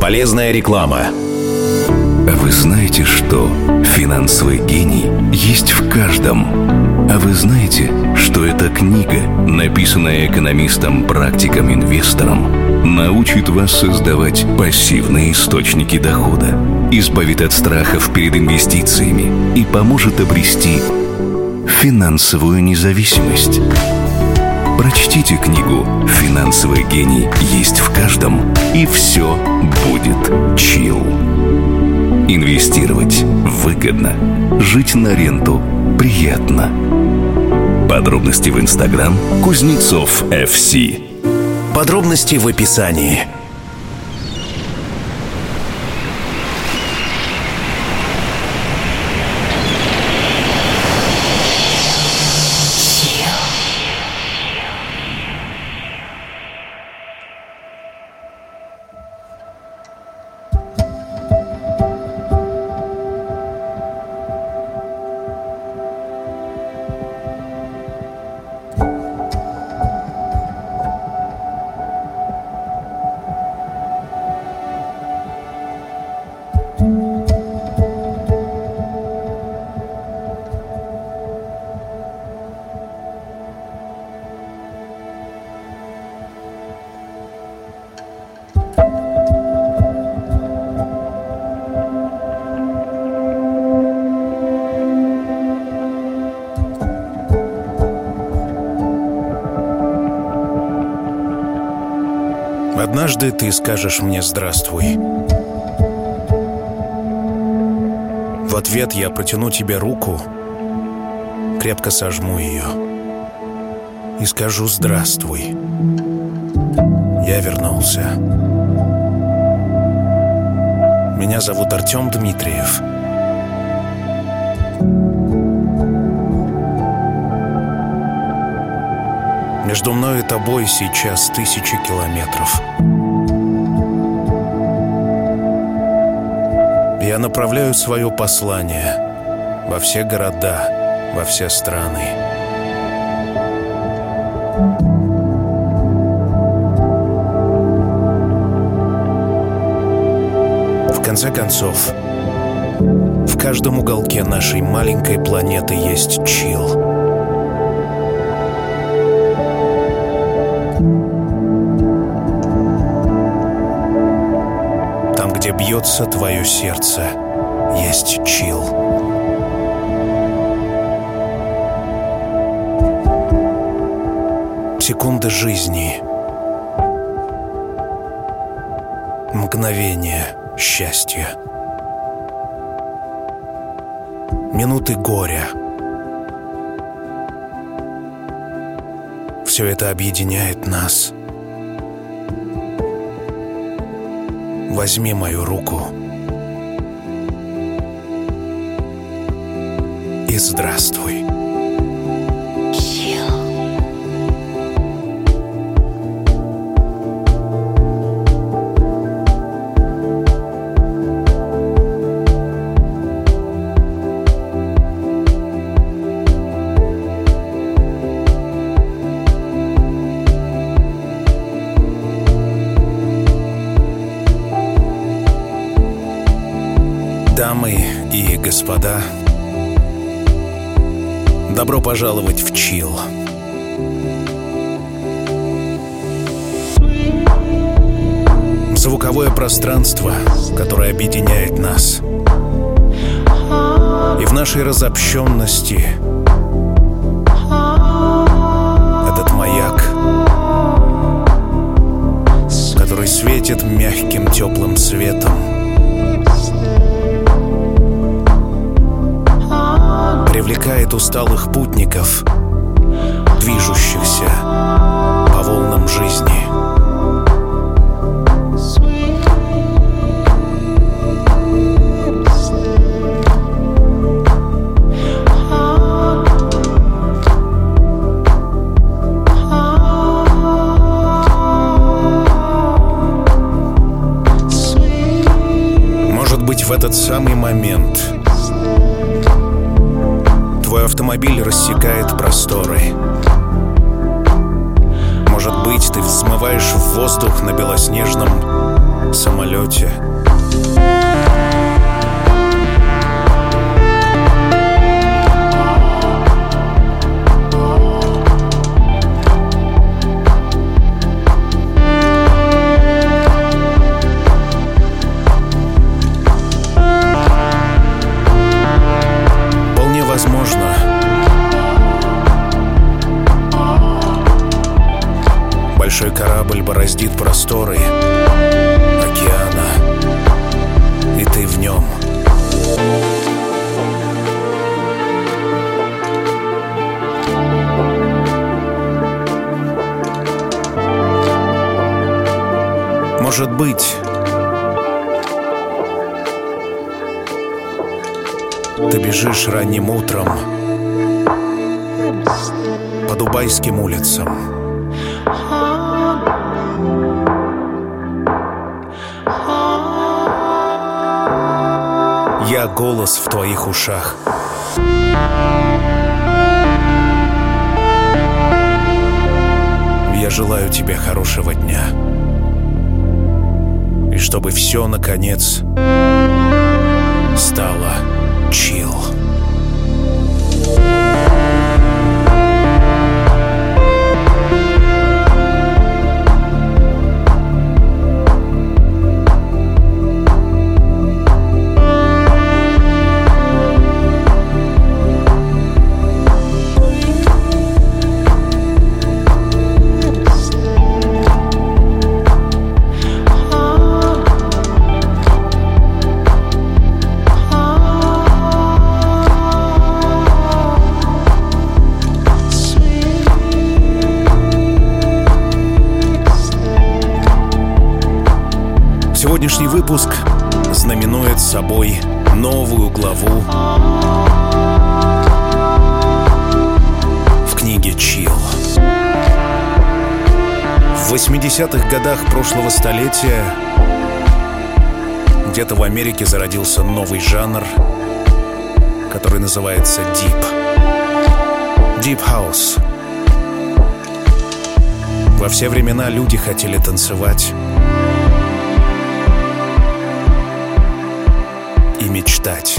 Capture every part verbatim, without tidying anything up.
Полезная реклама. А вы знаете, что финансовый гений есть в каждом? А вы знаете, что эта книга, написанная экономистом-практиком-инвестором, научит вас создавать пассивные источники дохода, избавит от страхов перед инвестициями и поможет обрести финансовую независимость? Прочтите книгу «Финансовый гений есть в каждом», и все будет чил. Инвестировать выгодно. Жить на ренту приятно. Подробности в Инстаграм Кузнецов эф си. Подробности в описании. Однажды ты скажешь мне «здравствуй». В ответ я протяну тебе руку, крепко сожму ее и скажу «здравствуй». Я вернулся. Меня зовут Артем Дмитриев. Между мной и тобой сейчас тысячи километров. Я направляю свое послание во все города, во все страны. В конце концов, в каждом уголке нашей маленькой планеты есть чил. Где бьется твое сердце, есть чил. Секунды жизни, мгновение счастья, минуты горя. Все это объединяет нас. Возьми мою руку и здравствуй. Дамы и господа, добро пожаловать в чил. Звуковое пространство, которое объединяет нас. И в нашей разобщенности этот маяк, который светит мягким теплым светом, привлекает усталых путников, движущихся по волнам жизни. Может быть, в этот самый момент твой автомобиль рассекает просторы. Может быть, ты взмываешь в воздух на белоснежном самолете. Вполне возможно, большой корабль бороздит просторы океана, и ты в нем. Может быть, ты бежишь ранним утром по дубайским улицам. Я голос в твоих ушах. Я желаю тебе хорошего дня. И чтобы все, наконец, стало чил. Сегодняшний выпуск знаменует собой новую главу в книге «Чилл». В восьмидесятых годах прошлого столетия где-то в Америке зародился новый жанр, который называется Deep. Deep House. Во все времена люди хотели танцевать и мечтать.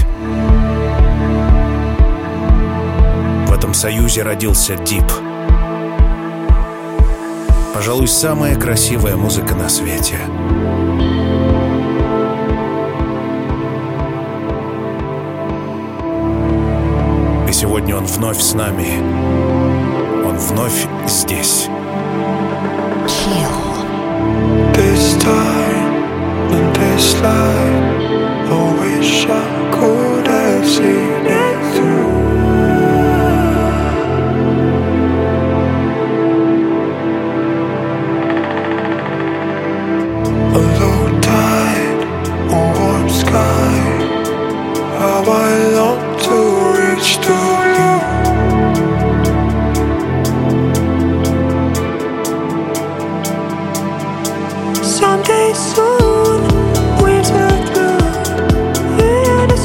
В этом союзе родился Deep. Пожалуй, самая красивая музыка на свете. И сегодня он вновь с нами. Он вновь здесь. This time and this life, I wish I could have seen it through. A low tide, a warm sky, how I long to reach to you. Someday soon, winter blue, we're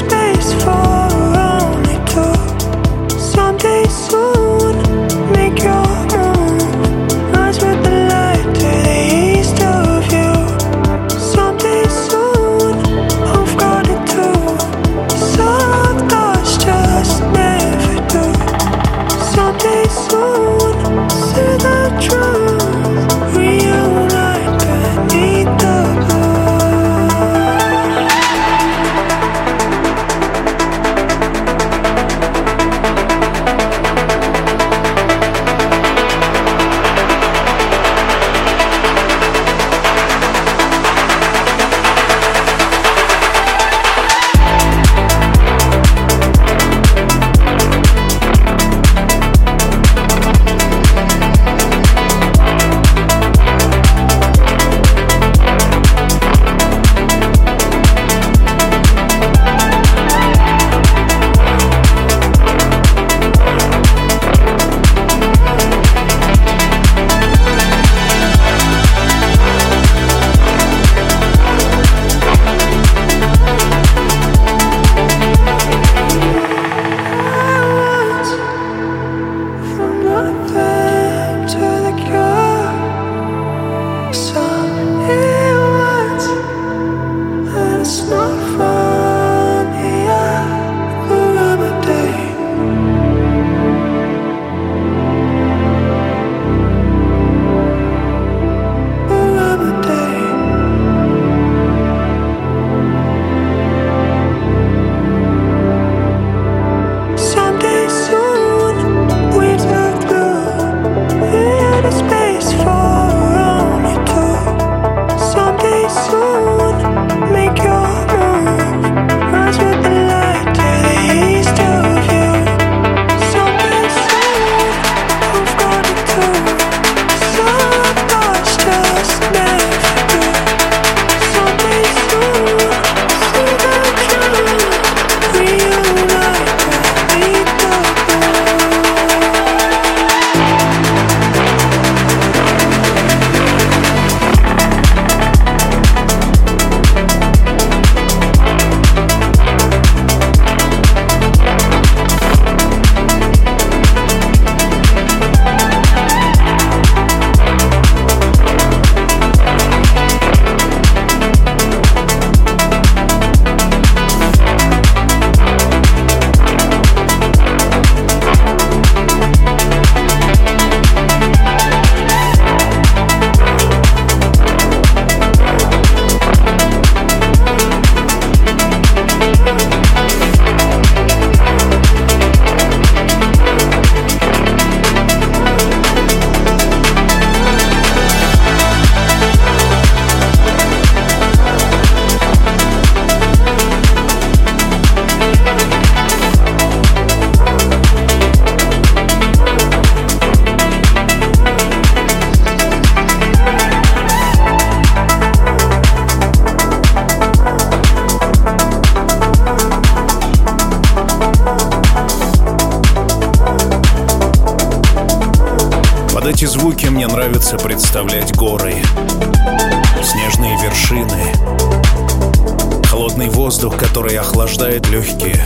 Под эти звуки мне нравится представлять горы, снежные вершины, холодный воздух, который охлаждает легкие.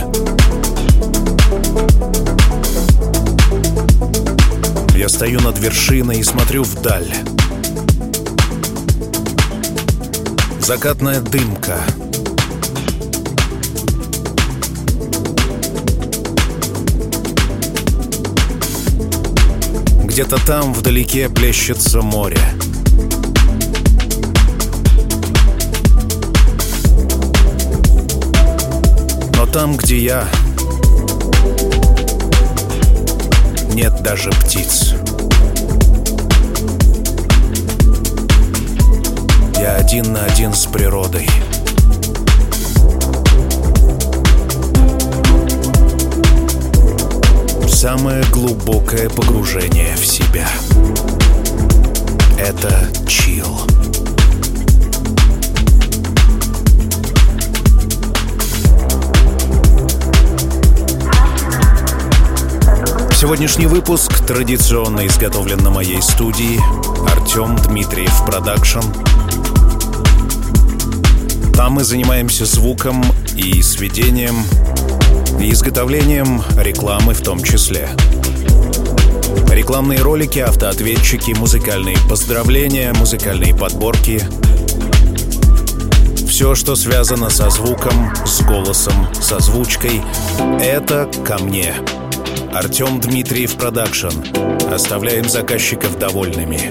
Я стою над вершиной и смотрю вдаль. Закатная дымка. Где-то там вдалеке плещется море. Но там, где я, нет даже птиц. Я один на один с природой. Самое глубокое погружение в себя. Это чилл. Сегодняшний выпуск традиционно изготовлен на моей студии Артем Дмитриев Продакшн. Там мы занимаемся звуком и сведением, и изготовлением рекламы в том числе. Рекламные ролики, автоответчики, музыкальные поздравления, музыкальные подборки. Все, что связано со звуком, с голосом, с озвучкой, это ко мне. Артем Дмитриев Продакшн. Оставляем заказчиков довольными.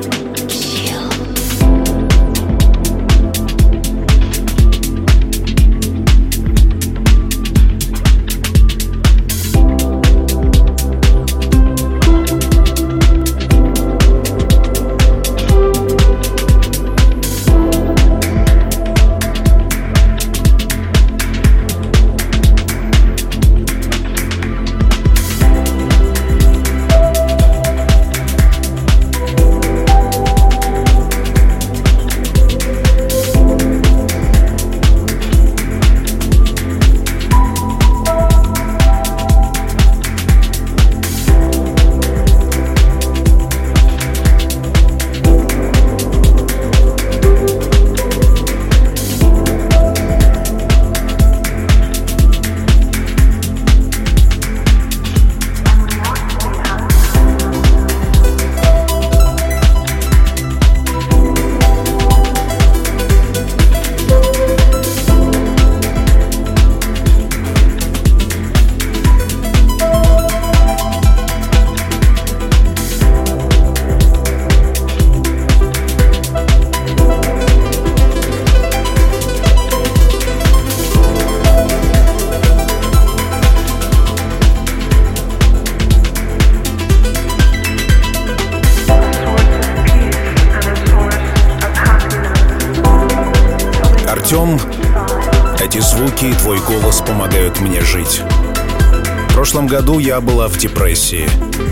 Артем, эти звуки и твой голос помогают мне жить. В прошлом году я была в депрессии.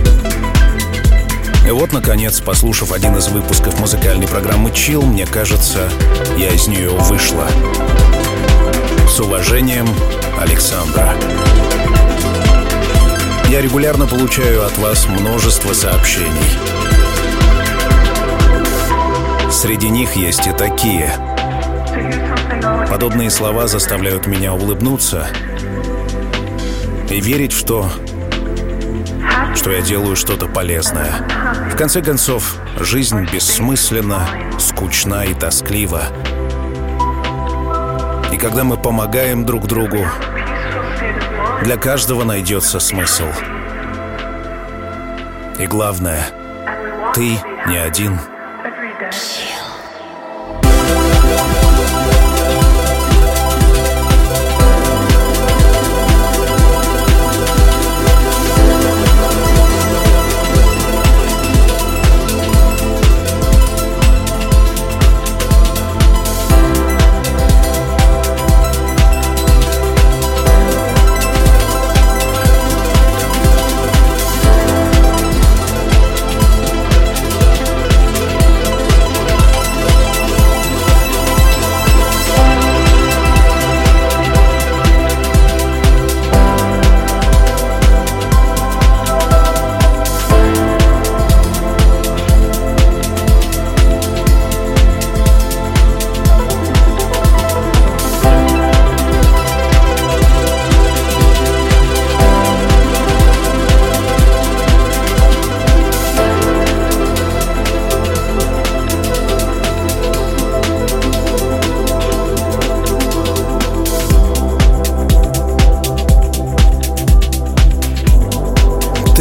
И вот, наконец, послушав один из выпусков музыкальной программы «Чилл», мне кажется, я из нее вышла. С уважением, Александра. Я регулярно получаю от вас множество сообщений. Среди них есть и такие. Подобные слова заставляют меня улыбнуться и верить в то, что я делаю что-то полезное. В конце концов, жизнь бессмысленна, скучна и тосклива. И когда мы помогаем друг другу, для каждого найдется смысл. И главное, ты не один.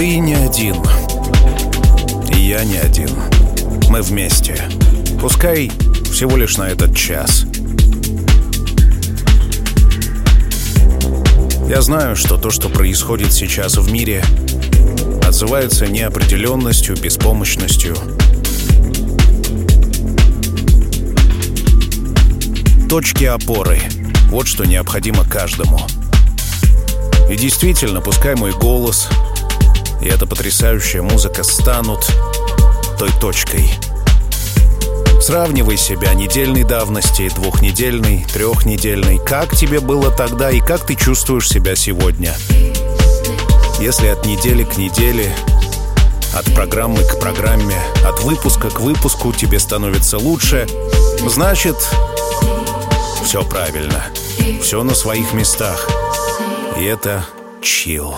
Ты не один, и я не один. Мы вместе. Пускай всего лишь на этот час. Я знаю, что то, что происходит сейчас в мире, отзывается неопределенностью, беспомощностью. Точки опоры — вот что необходимо каждому. И действительно, пускай мой голос и эта потрясающая музыка станут той точкой. Сравнивай себя недельной давности, двухнедельной, трехнедельной. Как тебе было тогда и как ты чувствуешь себя сегодня? Если от недели к неделе, от программы к программе, от выпуска к выпуску тебе становится лучше, значит, все правильно. Все на своих местах. И это чилл.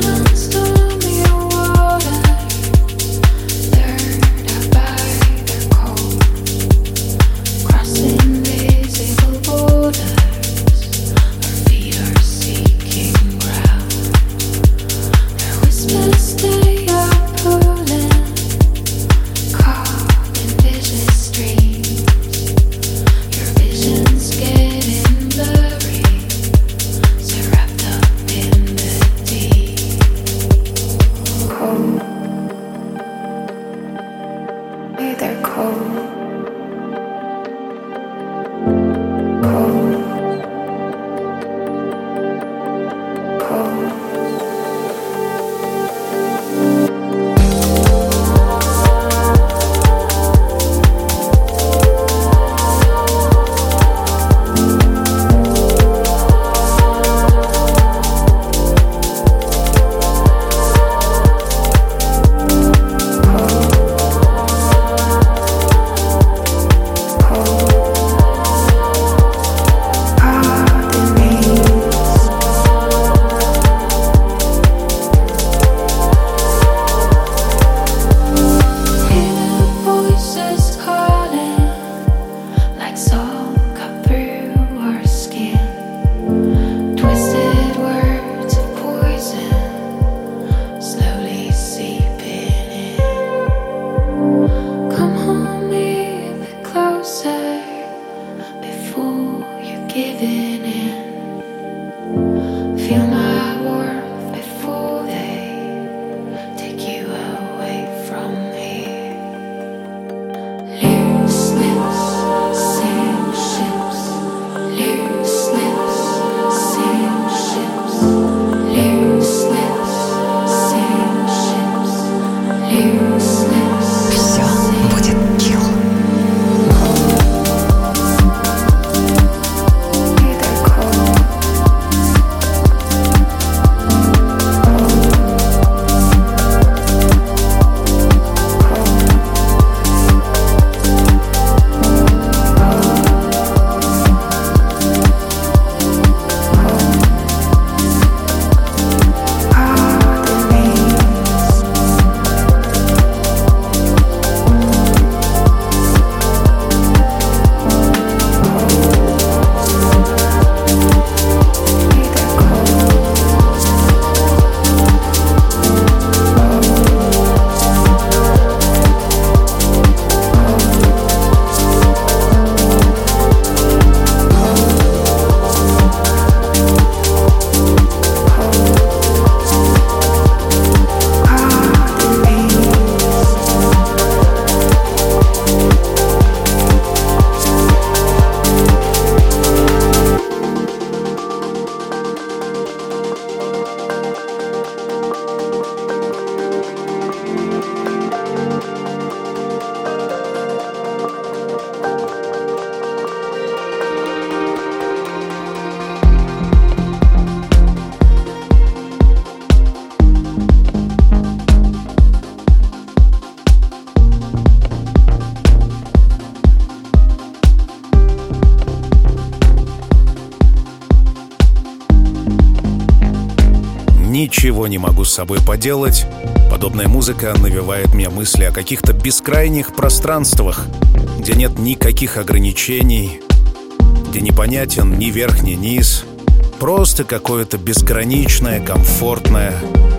Ничего не могу с собой поделать. Подобная музыка навевает мне мысли о каких-то бескрайних пространствах, где нет никаких ограничений, где непонятен ни верх, ни низ. Просто какое-то безграничное, комфортное,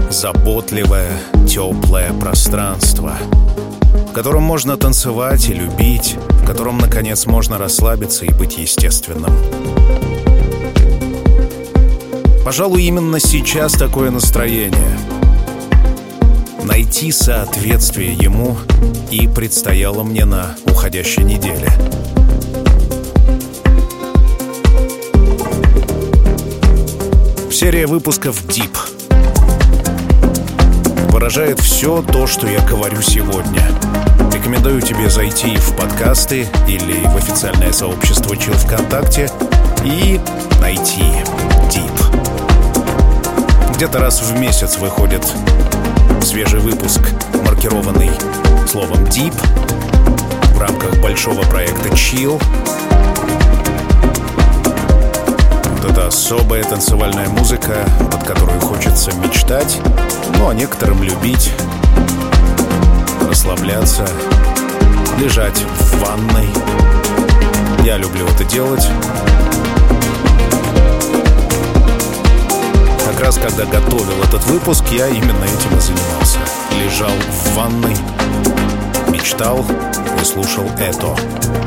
заботливое, теплое пространство, в котором можно танцевать и любить, в котором, наконец, можно расслабиться и быть естественным. Пожалуй, именно сейчас такое настроение. Найти соответствие ему и предстояло мне на уходящей неделе. Серия выпусков Deep выражает все то, что я говорю сегодня. Рекомендую тебе зайти в подкасты или в официальное сообщество Chill ВКонтакте и найти Deep. Где-то раз в месяц выходит свежий выпуск, маркированный словом Deep, в рамках большого проекта Chill. Вот это особая танцевальная музыка, под которую хочется мечтать, ну а некоторым любить, расслабляться, лежать в ванной. Я люблю это делать. Как раз когда готовил этот выпуск, я именно этим и занимался. Лежал в ванной, мечтал и слушал это.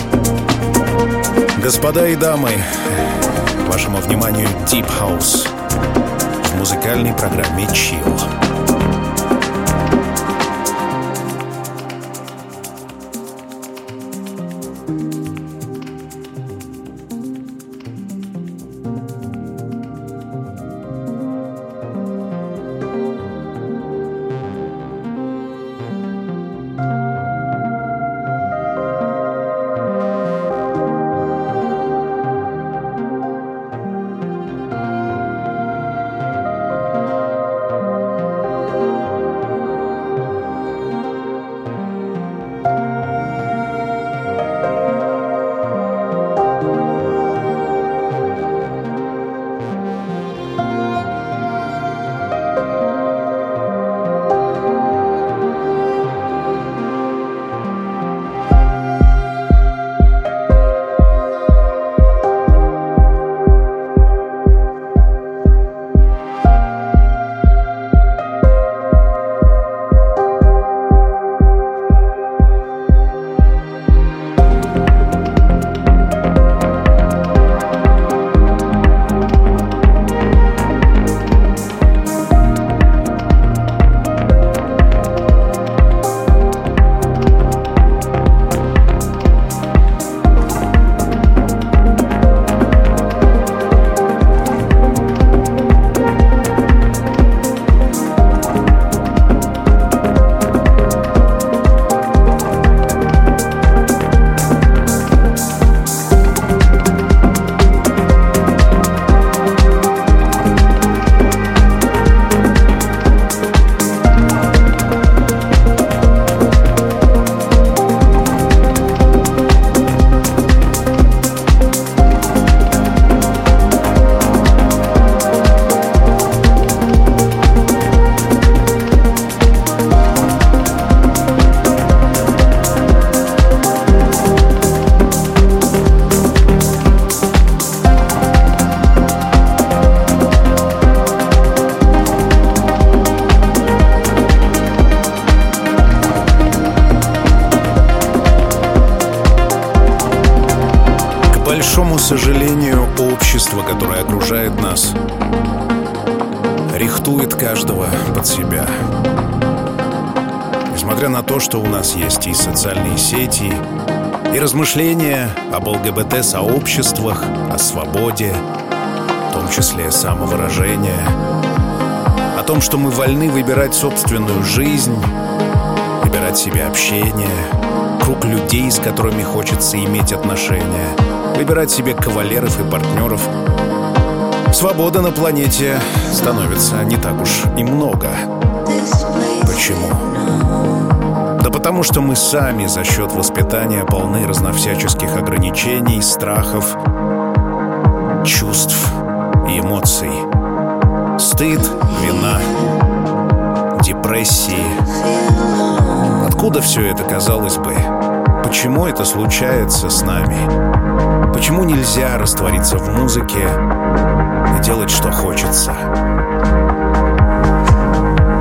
Господа и дамы, вашему вниманию Deep House в музыкальной программе Chill. большому сожалению, общество, которое окружает нас, рихтует каждого под себя. Несмотря на то, что у нас есть и социальные сети, и размышления об ЛГБТ-сообществах, о свободе, в том числе самовыражения, о том, что мы вольны выбирать собственную жизнь, выбирать себе общение, круг людей, с которыми хочется иметь отношения, выбирать себе кавалеров и партнеров. Свободы на планете становится не так уж и много. Почему? Да потому что мы сами за счет воспитания полны разновсяческих ограничений, страхов, чувств и эмоций. Стыд, вина, депрессии. Откуда все это, казалось бы? Почему это случается с нами? Почему нельзя раствориться в музыке и делать, что хочется?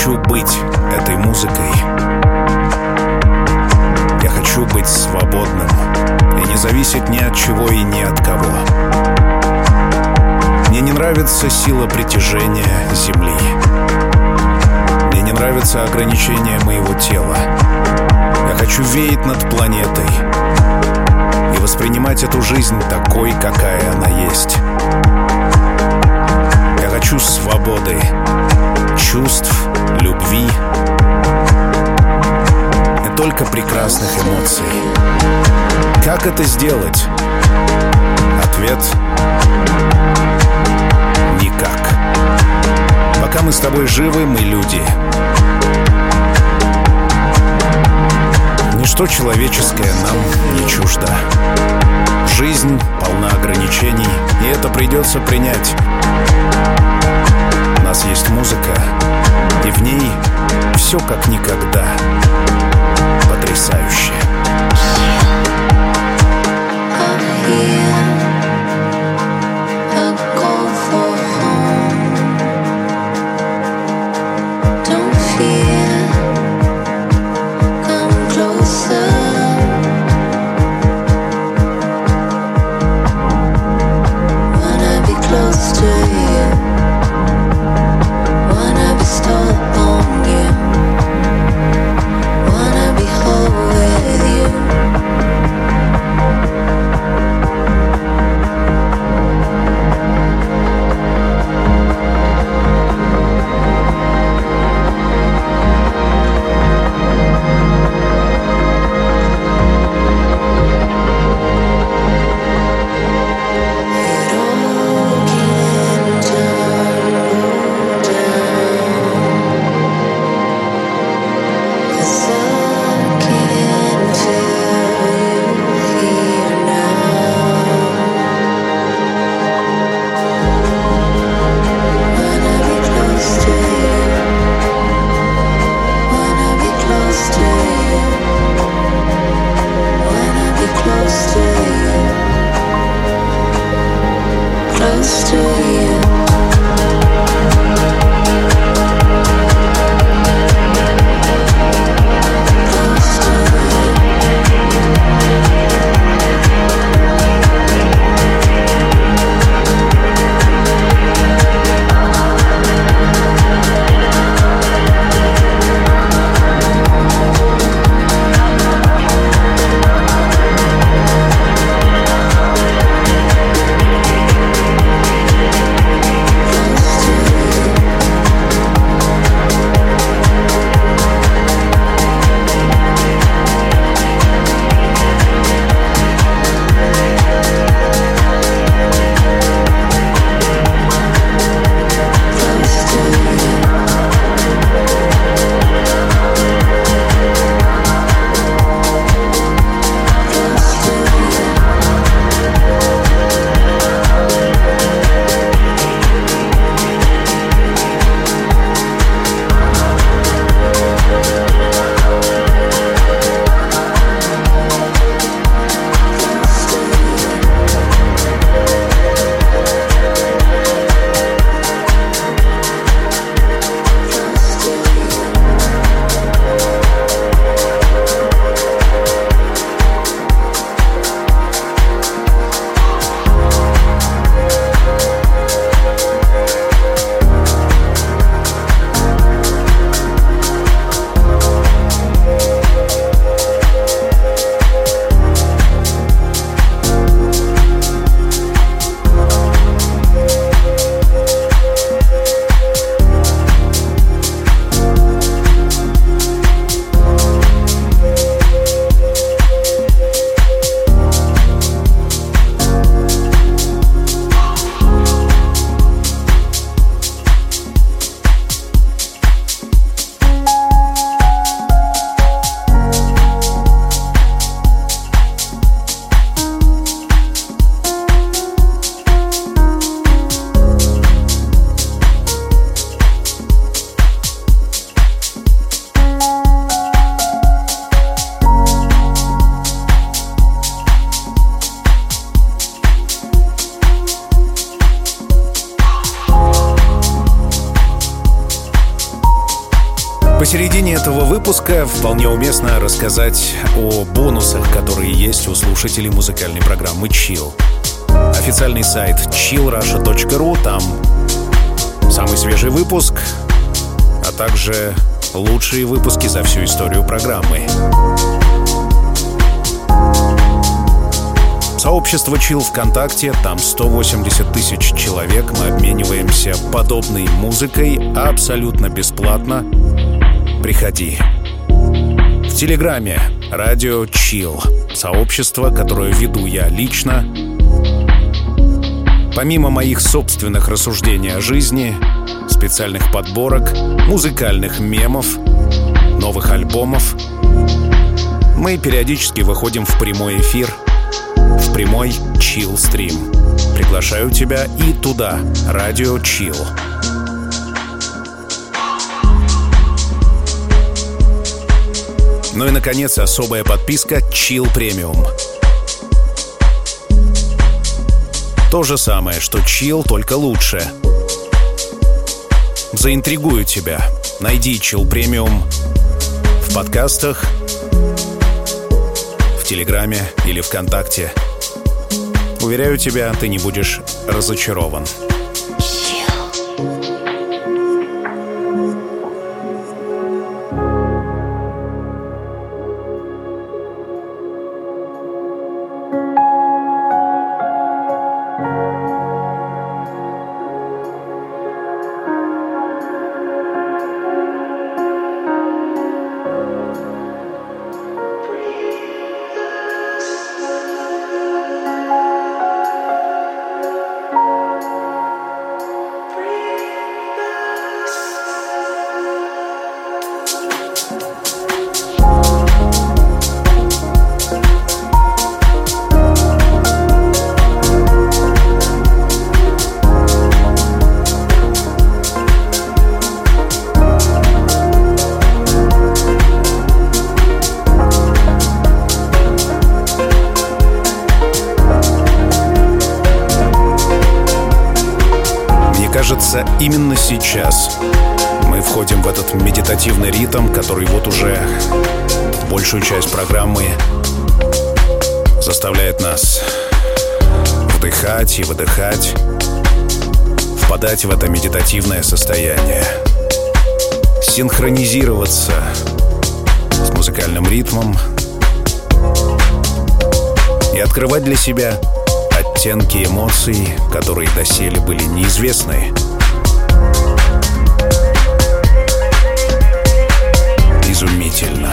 хочу быть этой музыкой. Я хочу быть свободным и не зависеть ни от чего и ни от кого. Мне не нравится сила притяжения Земли. Мне не нравится ограничение моего тела. Я хочу веять над планетой и воспринимать эту жизнь такой, какая она есть. Я хочу свободы, чувств, любви и только прекрасных эмоций. Как это сделать? Ответ — никак. Пока мы с тобой живы, мы люди. Ничто человеческое нам не чуждо. Жизнь полна ограничений, и это придется принять. У нас есть музыка, и в ней все как никогда потрясающе. Посередине этого выпуска вполне уместно рассказать о бонусах, которые есть у слушателей музыкальной программы Chill. Официальный сайт чилл раша точка ру, там самый свежий выпуск, а также лучшие выпуски за всю историю программы. Сообщество Chill ВКонтакте, там сто восемьдесят тысяч человек, мы обмениваемся подобной музыкой абсолютно бесплатно. Приходи. В Телеграме Радио Chill, сообщество, которое веду я лично. Помимо моих собственных рассуждений о жизни, специальных подборок, музыкальных мемов, новых альбомов, мы периодически выходим в прямой эфир, в прямой Chill стрим. Приглашаю тебя и туда, Радио Chill. Ну и, наконец, особая подписка Chill Premium. То же самое, что Chill, только лучше. Заинтригую тебя. Найди Chill Premium в подкастах, в Телеграме или ВКонтакте. Уверяю тебя, ты не будешь разочарован. Именно сейчас мы входим в этот медитативный ритм, который вот уже большую часть программы заставляет нас вдыхать и выдыхать, впадать в это медитативное состояние, синхронизироваться с музыкальным ритмом и открывать для себя оттенки эмоций, которые доселе были неизвестны. Изумительно.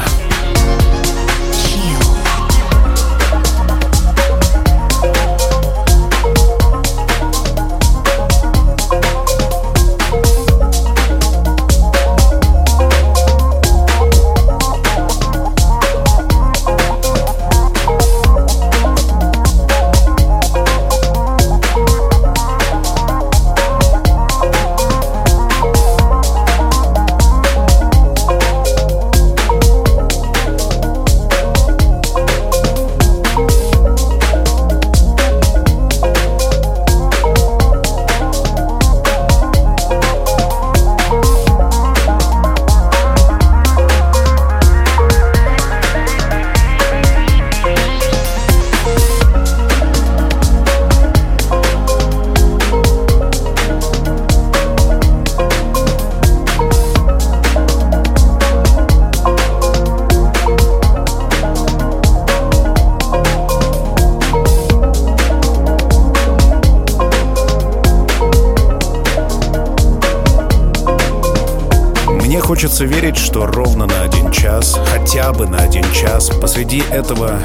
Хочется верить, что ровно на один час, хотя бы на один час, посреди этого,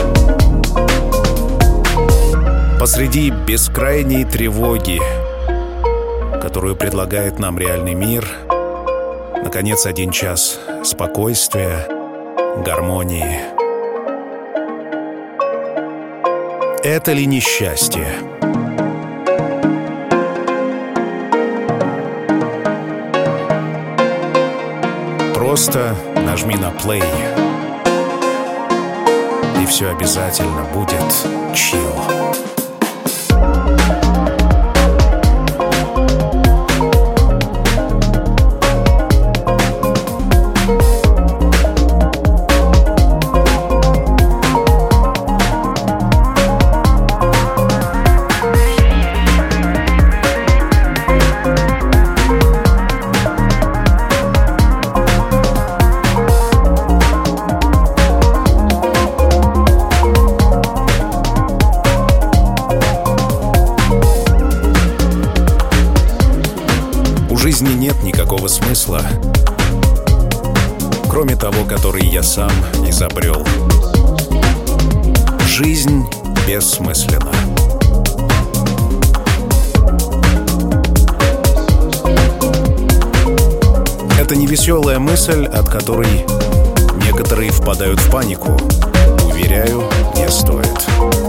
посреди бескрайней тревоги, которую предлагает нам реальный мир, наконец, один час спокойствия, гармонии. Это ли не счастье? Просто нажми на плей, и все обязательно будет чилл. жизни нет никакого смысла, кроме того, который я сам изобрел. Жизнь бессмысленна. Это невеселая мысль, от которой некоторые впадают в панику. Уверяю, не стоит.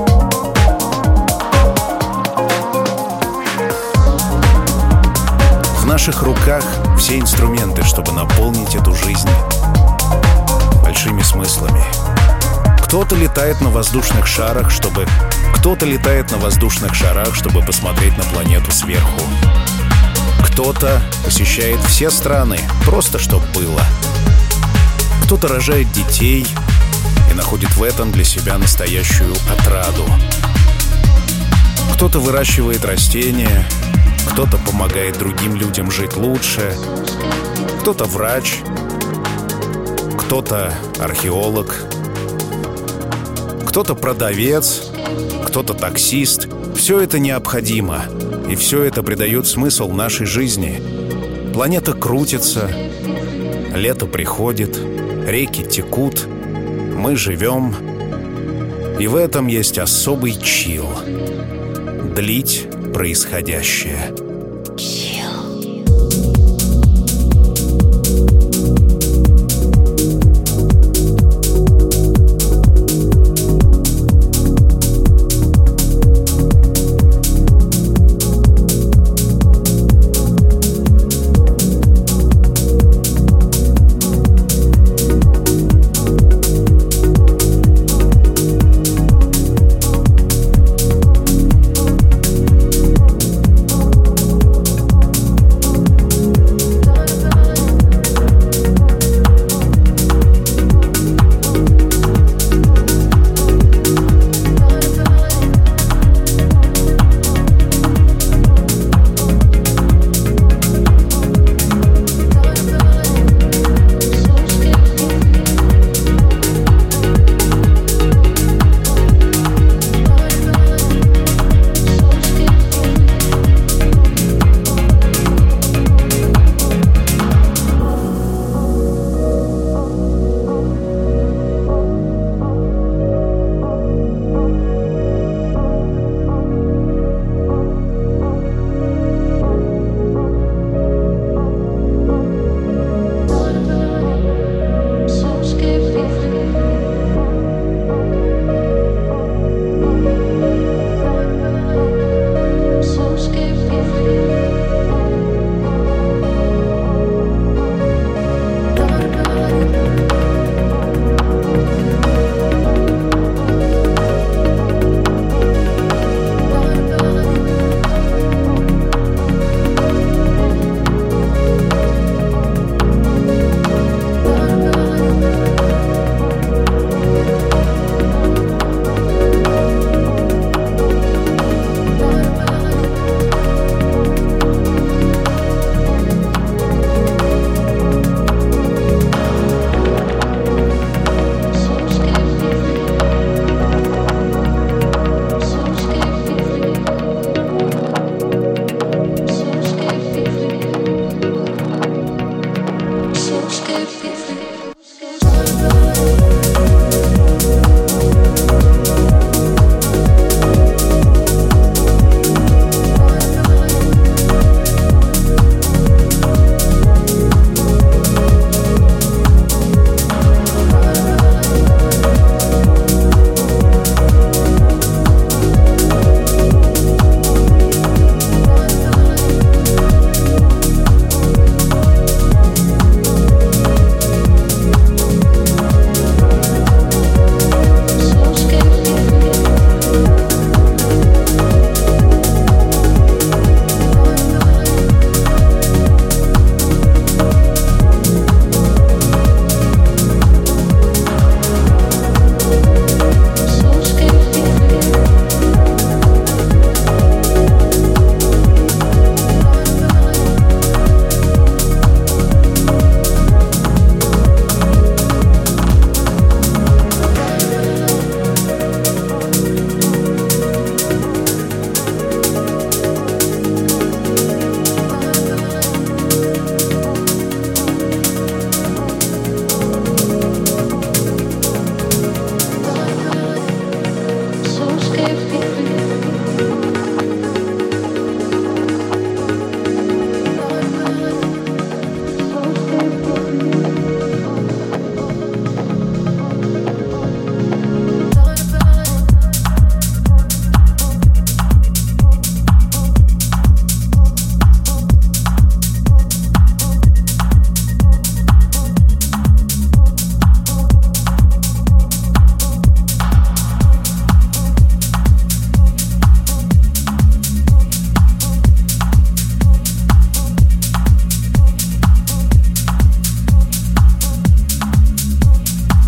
В наших руках все инструменты, чтобы наполнить эту жизнь большими смыслами. Кто-то летает на воздушных шарах, чтобы... Кто-то летает на воздушных шарах, чтобы посмотреть на планету сверху. Кто-то посещает все страны, просто чтоб было. Кто-то рожает детей и находит в этом для себя настоящую отраду. Кто-то выращивает растения, кто-то помогает другим людям жить лучше, кто-то врач, кто-то археолог, кто-то продавец, кто-то таксист. Все это необходимо, и все это придает смысл нашей жизни. Планета крутится, лето приходит, реки текут, мы живем, и в этом есть особый чил — длить происходящее.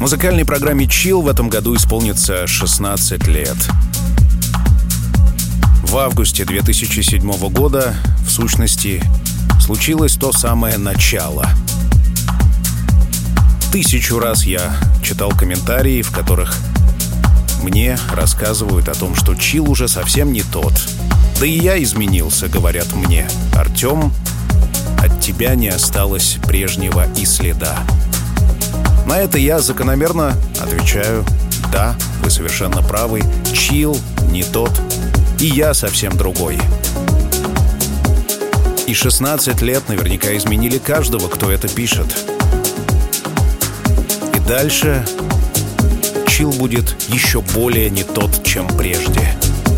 Музыкальной программе Chill в этом году исполнится шестнадцать лет. В августе две тысячи седьмого года, в сущности, случилось то самое начало. Тысячу раз я читал комментарии, в которых мне рассказывают о том, что Chill уже совсем не тот. Да и я изменился, говорят мне. Артем, от тебя не осталось прежнего и следа. На это я закономерно отвечаю: да, вы совершенно правы, Chill не тот, и я совсем другой. И шестнадцать лет наверняка изменили каждого, кто это пишет. И дальше Chill будет еще более не тот, чем прежде.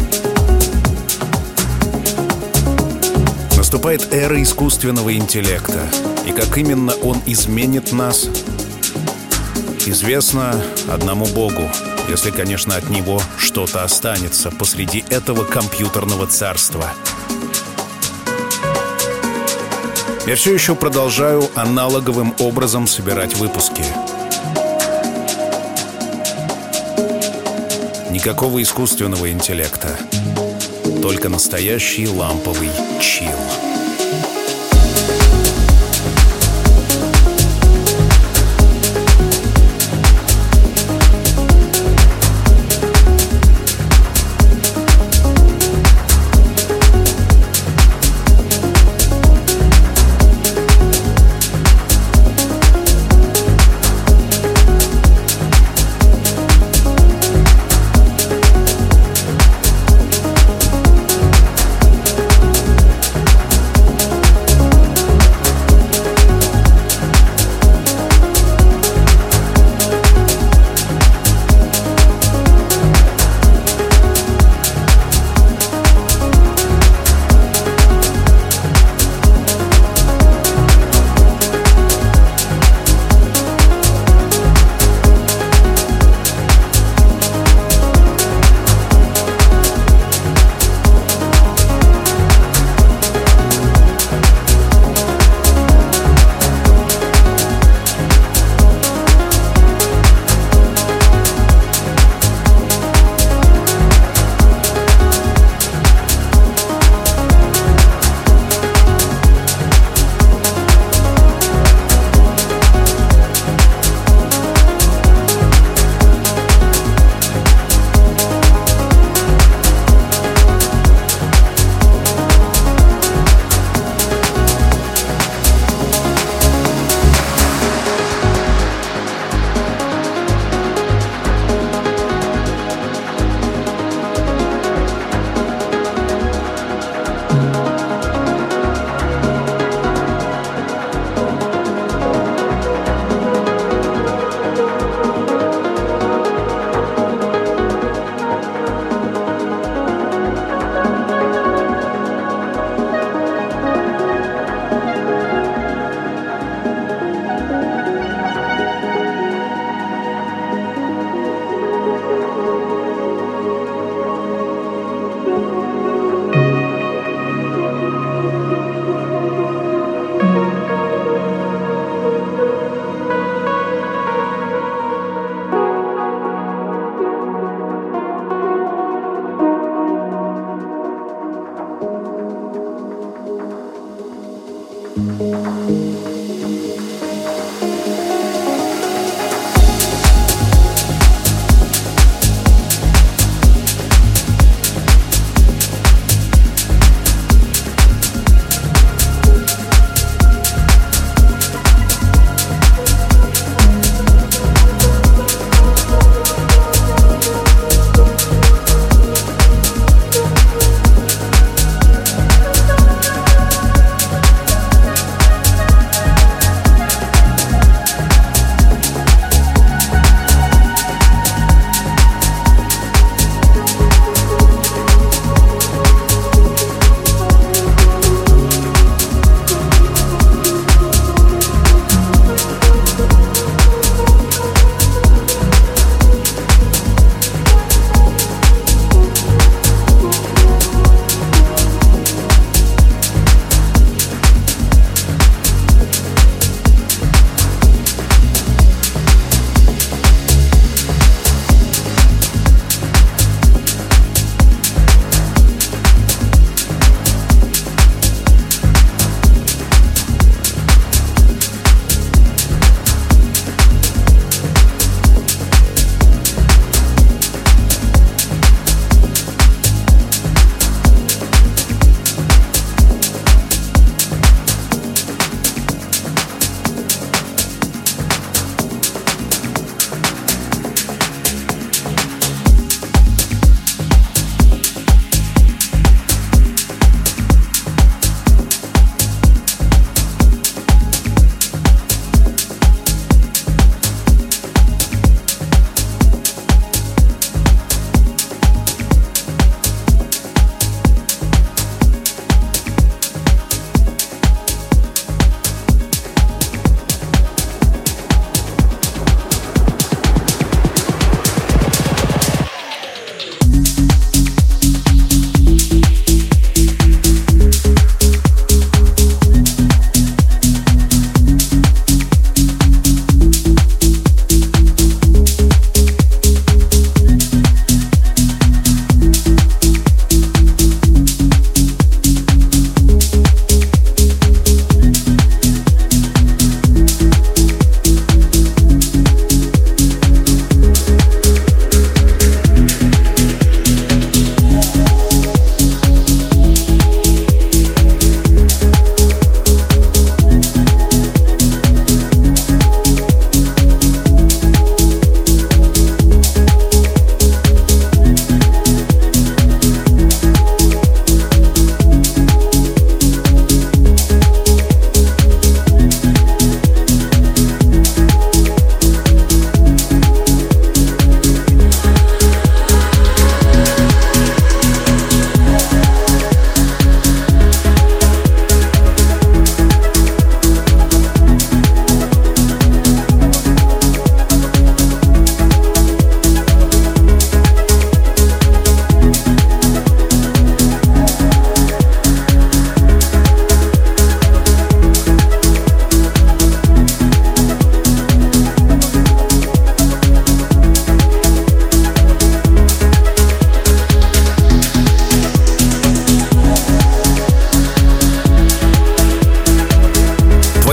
Наступает эра искусственного интеллекта, и как именно он изменит нас, известно одному Богу, если, конечно, от него что-то останется посреди этого компьютерного царства. Я все еще продолжаю аналоговым образом собирать выпуски. Никакого искусственного интеллекта, только настоящий ламповый Chill.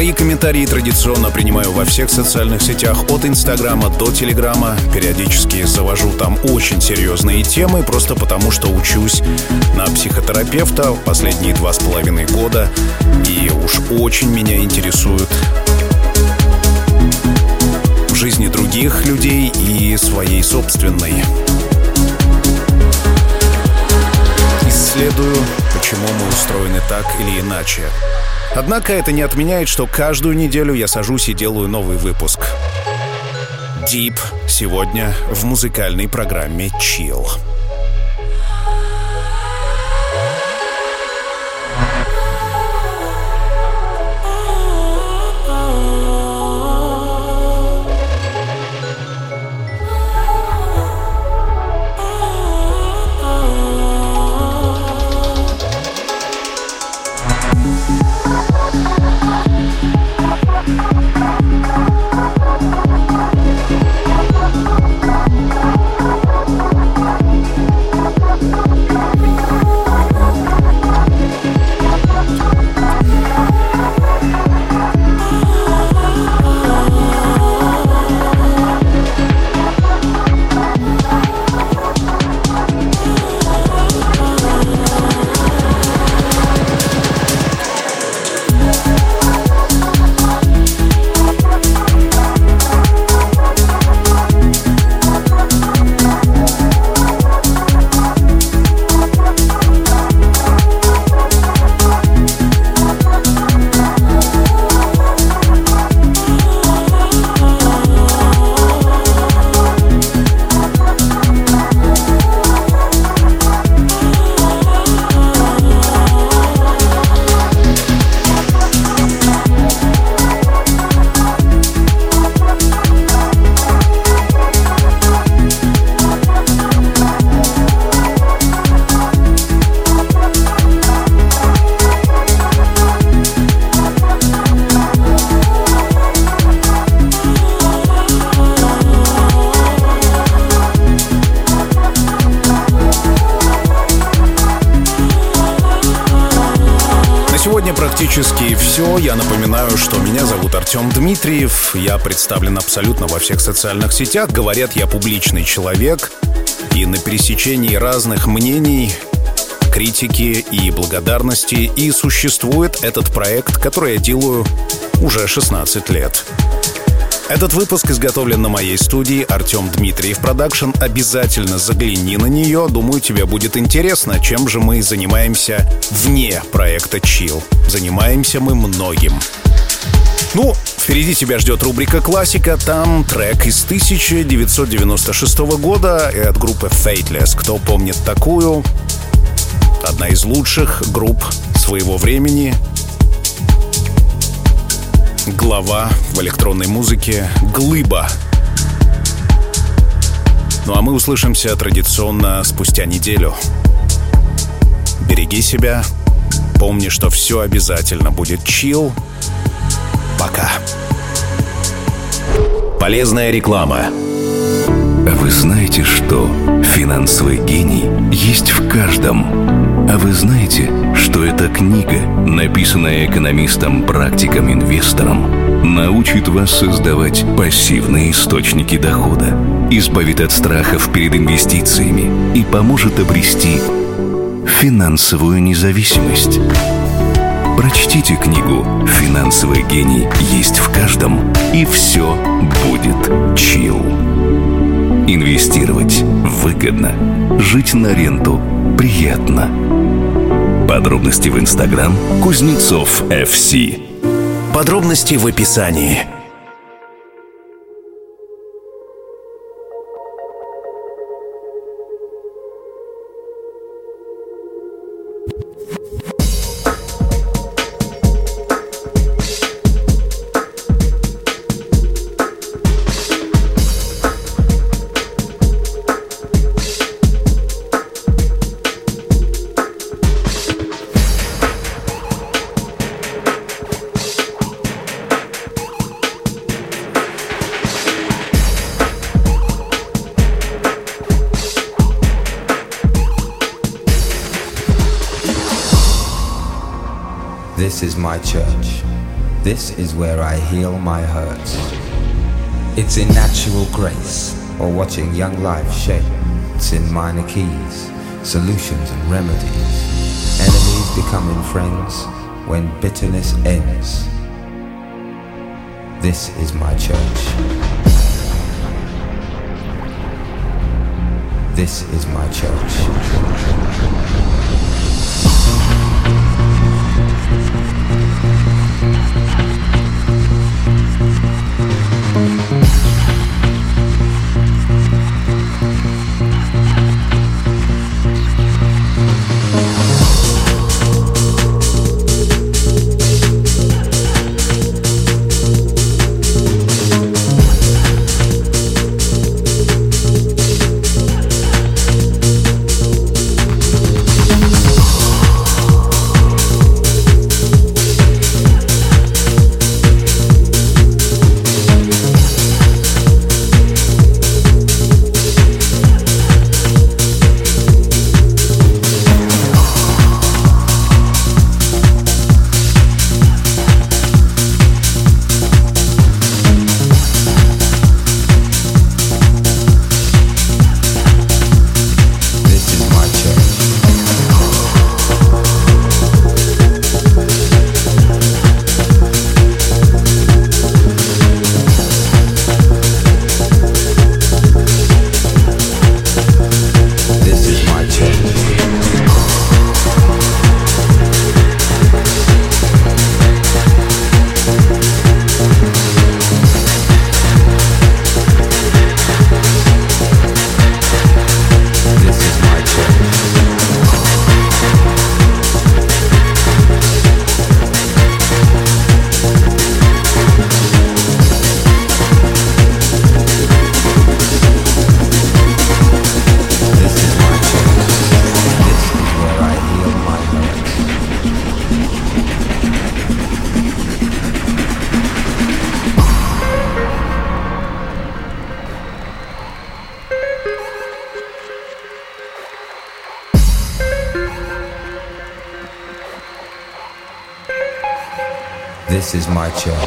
Твои комментарии традиционно принимаю во всех социальных сетях, от Инстаграма до Телеграма. Периодически завожу там очень серьезные темы, просто потому что учусь на психотерапевта последние два с половиной года. И уж очень меня интересует жизни других людей и своей собственной. Исследую, почему мы устроены так или иначе. Однако это не отменяет, что каждую неделю я сажусь и делаю новый выпуск. Deep сегодня в музыкальной программе Chill. Практически все. Я напоминаю, что меня зовут Артем Дмитриев. Я представлен абсолютно во всех социальных сетях. Говорят, я публичный человек. И на пересечении разных мнений, критики и благодарности и существует этот проект, который я делаю уже шестнадцать лет. Этот выпуск изготовлен на моей студии Артем Дмитриев Продакшн. Обязательно загляни на нее. Думаю, тебе будет интересно, чем же мы занимаемся вне проекта Chill. Занимаемся мы многим. Ну, впереди тебя ждет рубрика «Классика». Там трек из тысяча девятьсот девяносто шестого года от группы Faithless. Кто помнит такую? Одна из лучших групп своего времени. Глава в электронной музыке «Глыба». Ну а мы услышимся традиционно спустя неделю. Береги себя. Помни, что все обязательно будет chill. Пока. Полезная реклама. А вы знаете, что финансовый гений есть в каждом? А вы знаете, что эта книга, написанная экономистом-практиком-инвестором, научит вас создавать пассивные источники дохода, избавит от страхов перед инвестициями и поможет обрести финансовую независимость? Прочтите книгу «Финансовый гений есть в каждом», и все будет chill. Инвестировать выгодно, жить на ренту приятно. Подробности в Инстаграм Кузнецов эф си. Подробности в описании. This is my church. This is where I heal my hurts. It's in natural grace, or watching young life shape. It's in minor keys, solutions and remedies. Enemies becoming friends when bitterness ends. This is my church. This is my church. This is my church.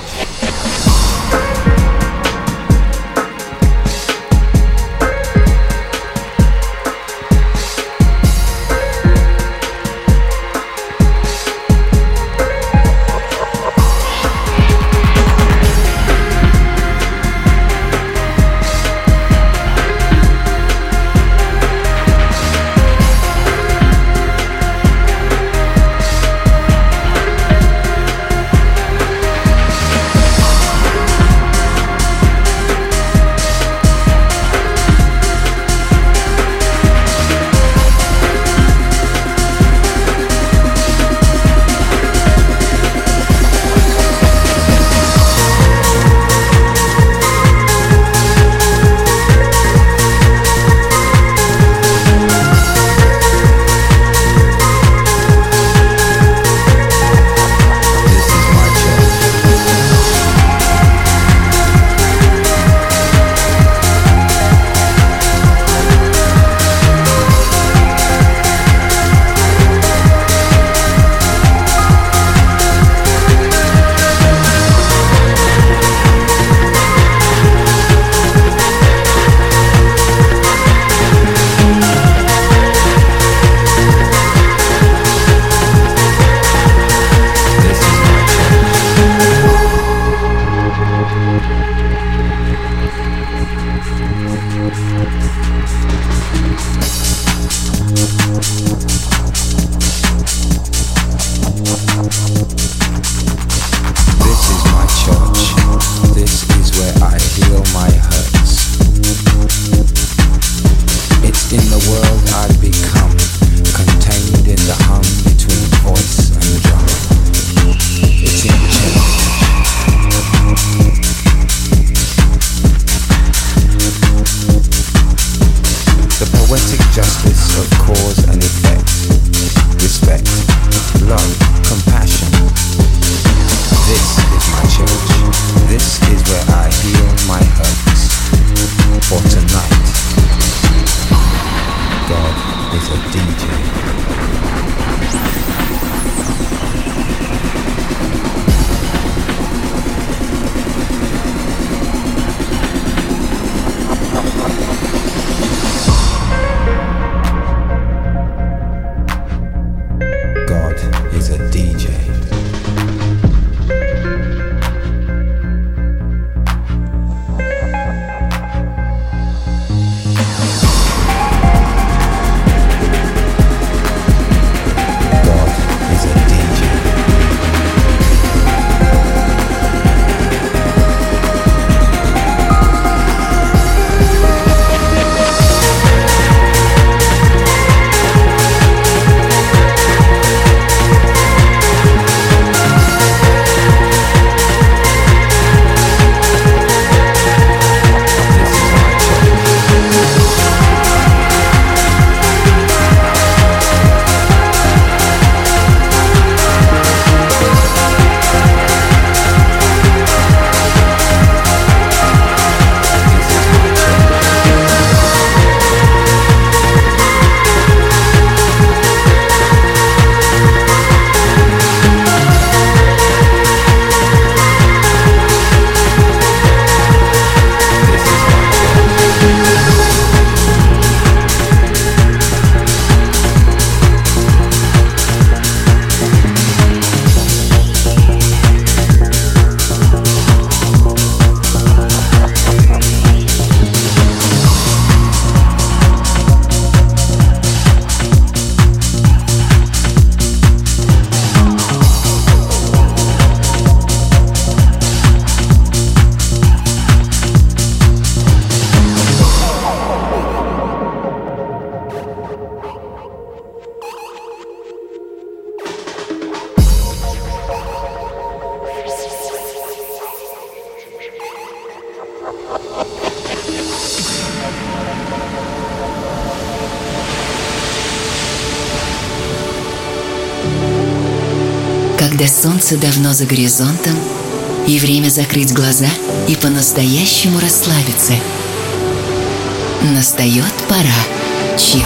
когда солнце давно за горизонтом, и время закрыть глаза и по-настоящему расслабиться. Настает пора чилл.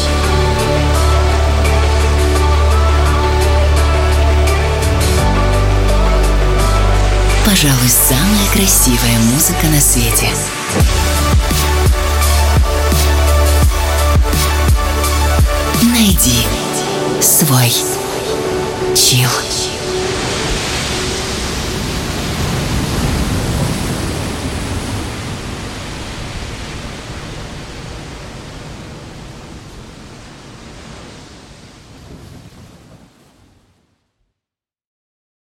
Пожалуй, самая красивая музыка на свете. Найди свой чилл.